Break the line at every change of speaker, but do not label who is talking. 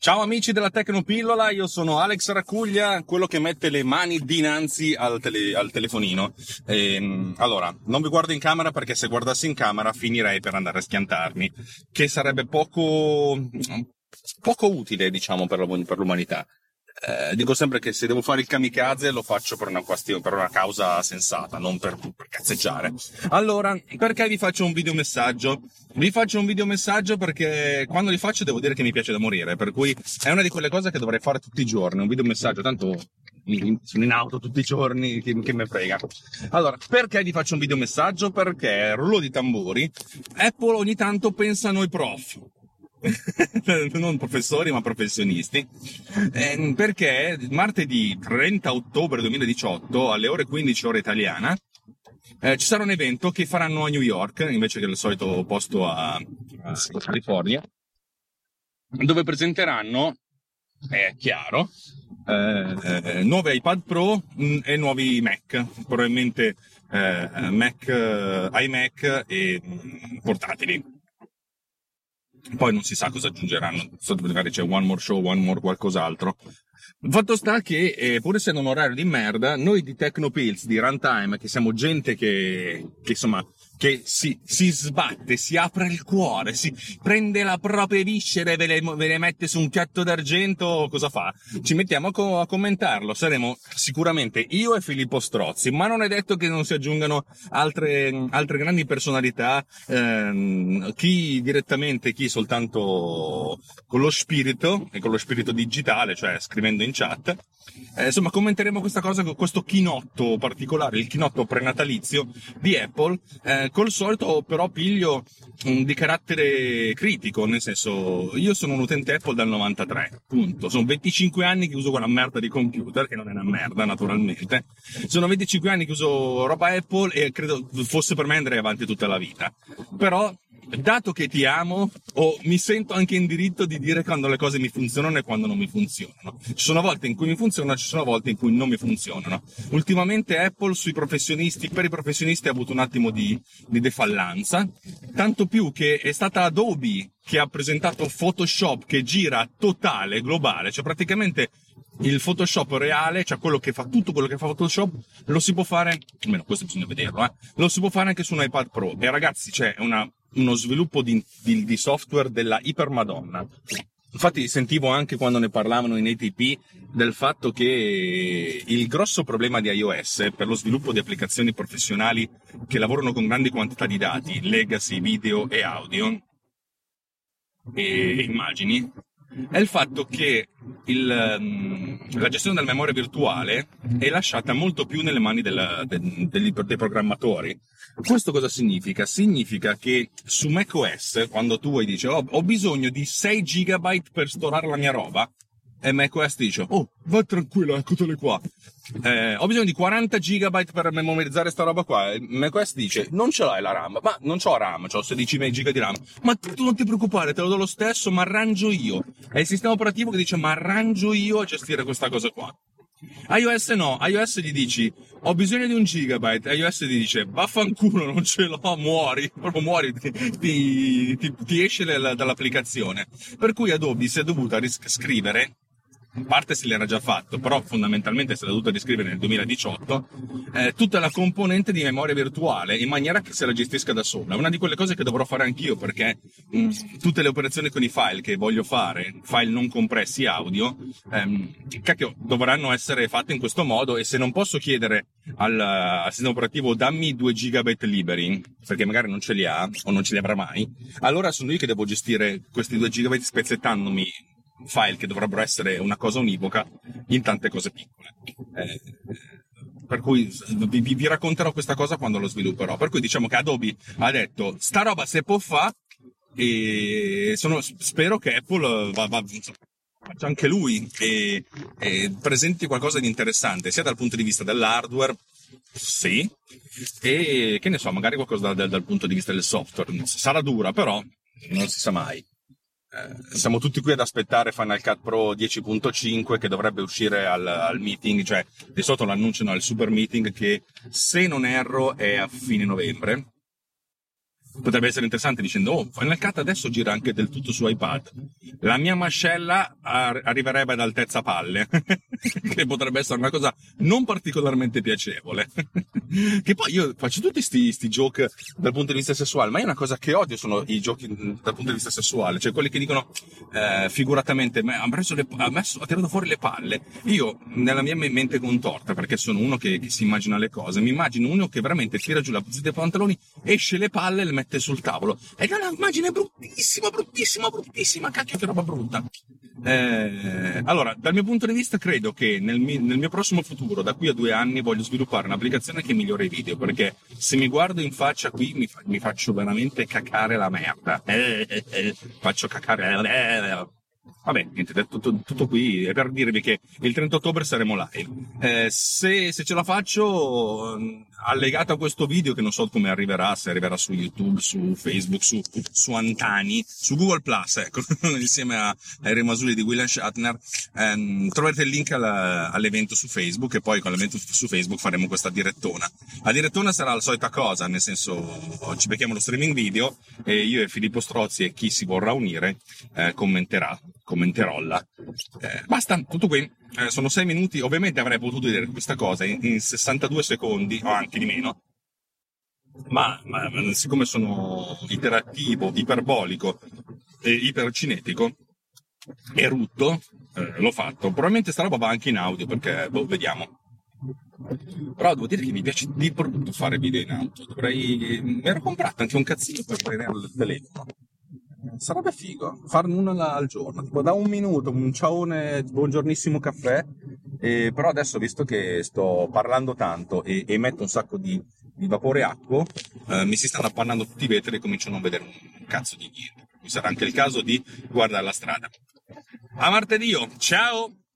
Ciao amici della Tecnopillola, io sono Alex Racuglia, quello che mette le mani dinanzi al telefonino. Allora, non vi guardo in camera perché se guardassi in camera finirei per andare a schiantarmi, che sarebbe poco utile, diciamo, per l'umanità. Dico sempre che se devo fare il kamikaze lo faccio per una causa sensata, non per cazzeggiare. Allora, perché vi faccio un videomessaggio? Vi faccio un videomessaggio perché quando li faccio devo dire che mi piace da morire, per cui è una di quelle cose che dovrei fare tutti i giorni, un videomessaggio, tanto sono in auto tutti i giorni, che me frega. Allora, perché vi faccio un videomessaggio? Perché, rullo di tamburi, Apple ogni tanto pensa a noi prof. Non professori ma professionisti, perché martedì 30 ottobre 2018 alle ore 15 ora italiana ci sarà un evento che faranno a New York invece che il solito posto a California, dove presenteranno, è chiaro, nuovi iPad Pro e nuovi Mac, probabilmente iMac e portatili. Poi non si sa cosa aggiungeranno, magari c'è one more show, one more qualcos'altro. Il fatto sta che, pur essendo un orario di merda, noi di Tecnopills, di Runtime, che siamo gente che insomma, che si sbatte, si apre il cuore, si prende la proprie viscere e ve le mette su un piatto d'argento, cosa fa? Ci mettiamo a commentarlo. Saremo sicuramente io e Filippo Strozzi, ma non è detto che non si aggiungano altre grandi personalità, chi direttamente, chi soltanto con lo spirito, e con lo spirito digitale, cioè scrivendo in chat. Insomma, commenteremo questa cosa, questo chinotto particolare, il chinotto prenatalizio di Apple, col solito però piglio di carattere critico, nel senso, io sono un utente Apple dal 93, punto. Sono 25 anni che uso quella merda di computer, che non è una merda naturalmente. Sono 25 anni che uso roba Apple e credo fosse per me andrei avanti tutta la vita. Però, dato che ti amo, mi sento anche in diritto di dire quando le cose mi funzionano e quando non mi funzionano. Ci sono volte in cui mi funzionano, ci sono volte in cui non mi funzionano. Ultimamente Apple per i professionisti ha avuto un attimo di defallanza, tanto più che è stata Adobe che ha presentato Photoshop che gira totale, globale, cioè praticamente il Photoshop reale, cioè tutto quello che fa Photoshop, lo si può fare, almeno questo bisogna vederlo, lo si può fare anche su un iPad Pro. E ragazzi, c'è uno sviluppo di software della ipermadonna. Infatti sentivo anche quando ne parlavano in ATP del fatto che il grosso problema di iOS per lo sviluppo di applicazioni professionali che lavorano con grandi quantità di dati, legacy, video e audio e immagini, è il fatto che la gestione della memoria virtuale è lasciata molto più nelle mani dei programmatori. Questo cosa significa? Significa che su macOS, quando tu dici ho bisogno di 6 GB per storare la mia roba, e macOS dice vai tranquillo, eccotele qua. Ho bisogno di 40 GB per memorizzare sta roba qua. E macOS dice non ce l'hai la RAM, ma non c'ho RAM, c'ho 16 GB di RAM. Ma tu non ti preoccupare, te lo do lo stesso, ma arrangio io. È il sistema operativo che dice ma arrangio io a gestire questa cosa qua. iOS no, iOS gli dici ho bisogno di 1 gigabyte, iOS gli dice vaffanculo, non ce l'ho, muori, proprio muori, ti esce dall'applicazione. Per cui Adobe si è dovuta riscrivere, in parte se l'era già fatto, però fondamentalmente si è dovuta riscrivere nel 2018, tutta la componente di memoria virtuale in maniera che se la gestisca da sola. È una di quelle cose che dovrò fare anch'io, perché tutte le operazioni con i file che voglio fare, file non compressi audio, dovranno essere fatte in questo modo, e se non posso chiedere al sistema operativo dammi 2 GB liberi, perché magari non ce li ha o non ce li avrà mai, allora sono io che devo gestire questi 2 GB spezzettandomi file che dovrebbero essere una cosa univoca in tante cose piccole. Per cui vi racconterò questa cosa quando lo svilupperò. Per cui diciamo che Adobe ha detto sta roba se può fa, e spero che Apple faccia anche lui e presenti qualcosa di interessante sia dal punto di vista dell'hardware, sì, e che ne so, magari qualcosa dal punto di vista del software. Sarà dura, però non si sa mai. Siamo tutti qui ad aspettare Final Cut Pro 10.5 che dovrebbe uscire al meeting, cioè di solito lo annunciano al super meeting che, se non erro, è a fine novembre. Potrebbe essere interessante dicendo, oh, Final Cut adesso gira anche del tutto su iPad. La mia mascella arriverebbe ad altezza palle, che potrebbe essere una cosa non particolarmente piacevole. Che poi io faccio tutti sti joke dal punto di vista sessuale, ma è una cosa che odio, sono i giochi dal punto di vista sessuale, cioè quelli che dicono figuratamente, ha tirato fuori le palle. Io, nella mia mente contorta, perché sono uno che si immagina le cose, mi immagino uno che veramente tira giù la puzza dei pantaloni, esce le palle e le mette sul tavolo. Ed è un'immagine bruttissima, bruttissima, bruttissima, cacchio che roba brutta. Allora, dal mio punto di vista credo che nel mio prossimo futuro, da qui a 2 anni, voglio sviluppare un'applicazione che migliora i video, perché se mi guardo in faccia qui mi faccio veramente cacare la merda. Faccio cacare. Vabbè, niente, tutto qui è per dirvi che il 30 ottobre saremo live. Se ce la faccio, allegato a questo video, che non so come arriverà, se arriverà su YouTube, su Facebook, su Antani, su Google Plus, ecco, insieme ai rimasugli di William Shatner, troverete il link all'evento su Facebook, e poi con l'evento su Facebook faremo questa direttona. La direttona sarà la solita cosa, nel senso, ci becchiamo lo streaming video e io e Filippo Strozzi e chi si vorrà unire commenterolla. Basta, tutto qui. Sono 6 minuti. Ovviamente avrei potuto dire questa cosa in 62 secondi o anche di meno, ma siccome sono iterattivo, iperbolico e ipercinetico e rutto, l'ho fatto. Probabilmente sta roba va anche in audio, perché vediamo. Però devo dire che mi piace di brutto fare video in auto. Mi ero comprato anche un cazzino per prendere il telefono. Sarebbe figo farne uno al giorno, tipo da 1 minuto, un ciaone, buongiornissimo caffè. Però adesso, visto che sto parlando tanto e emetto un sacco di vapore acqueo, mi si stanno appannando tutti i vetri e comincio a non vedere un cazzo di niente. Mi sarà anche il caso di guardare la strada. A martedì, ciao!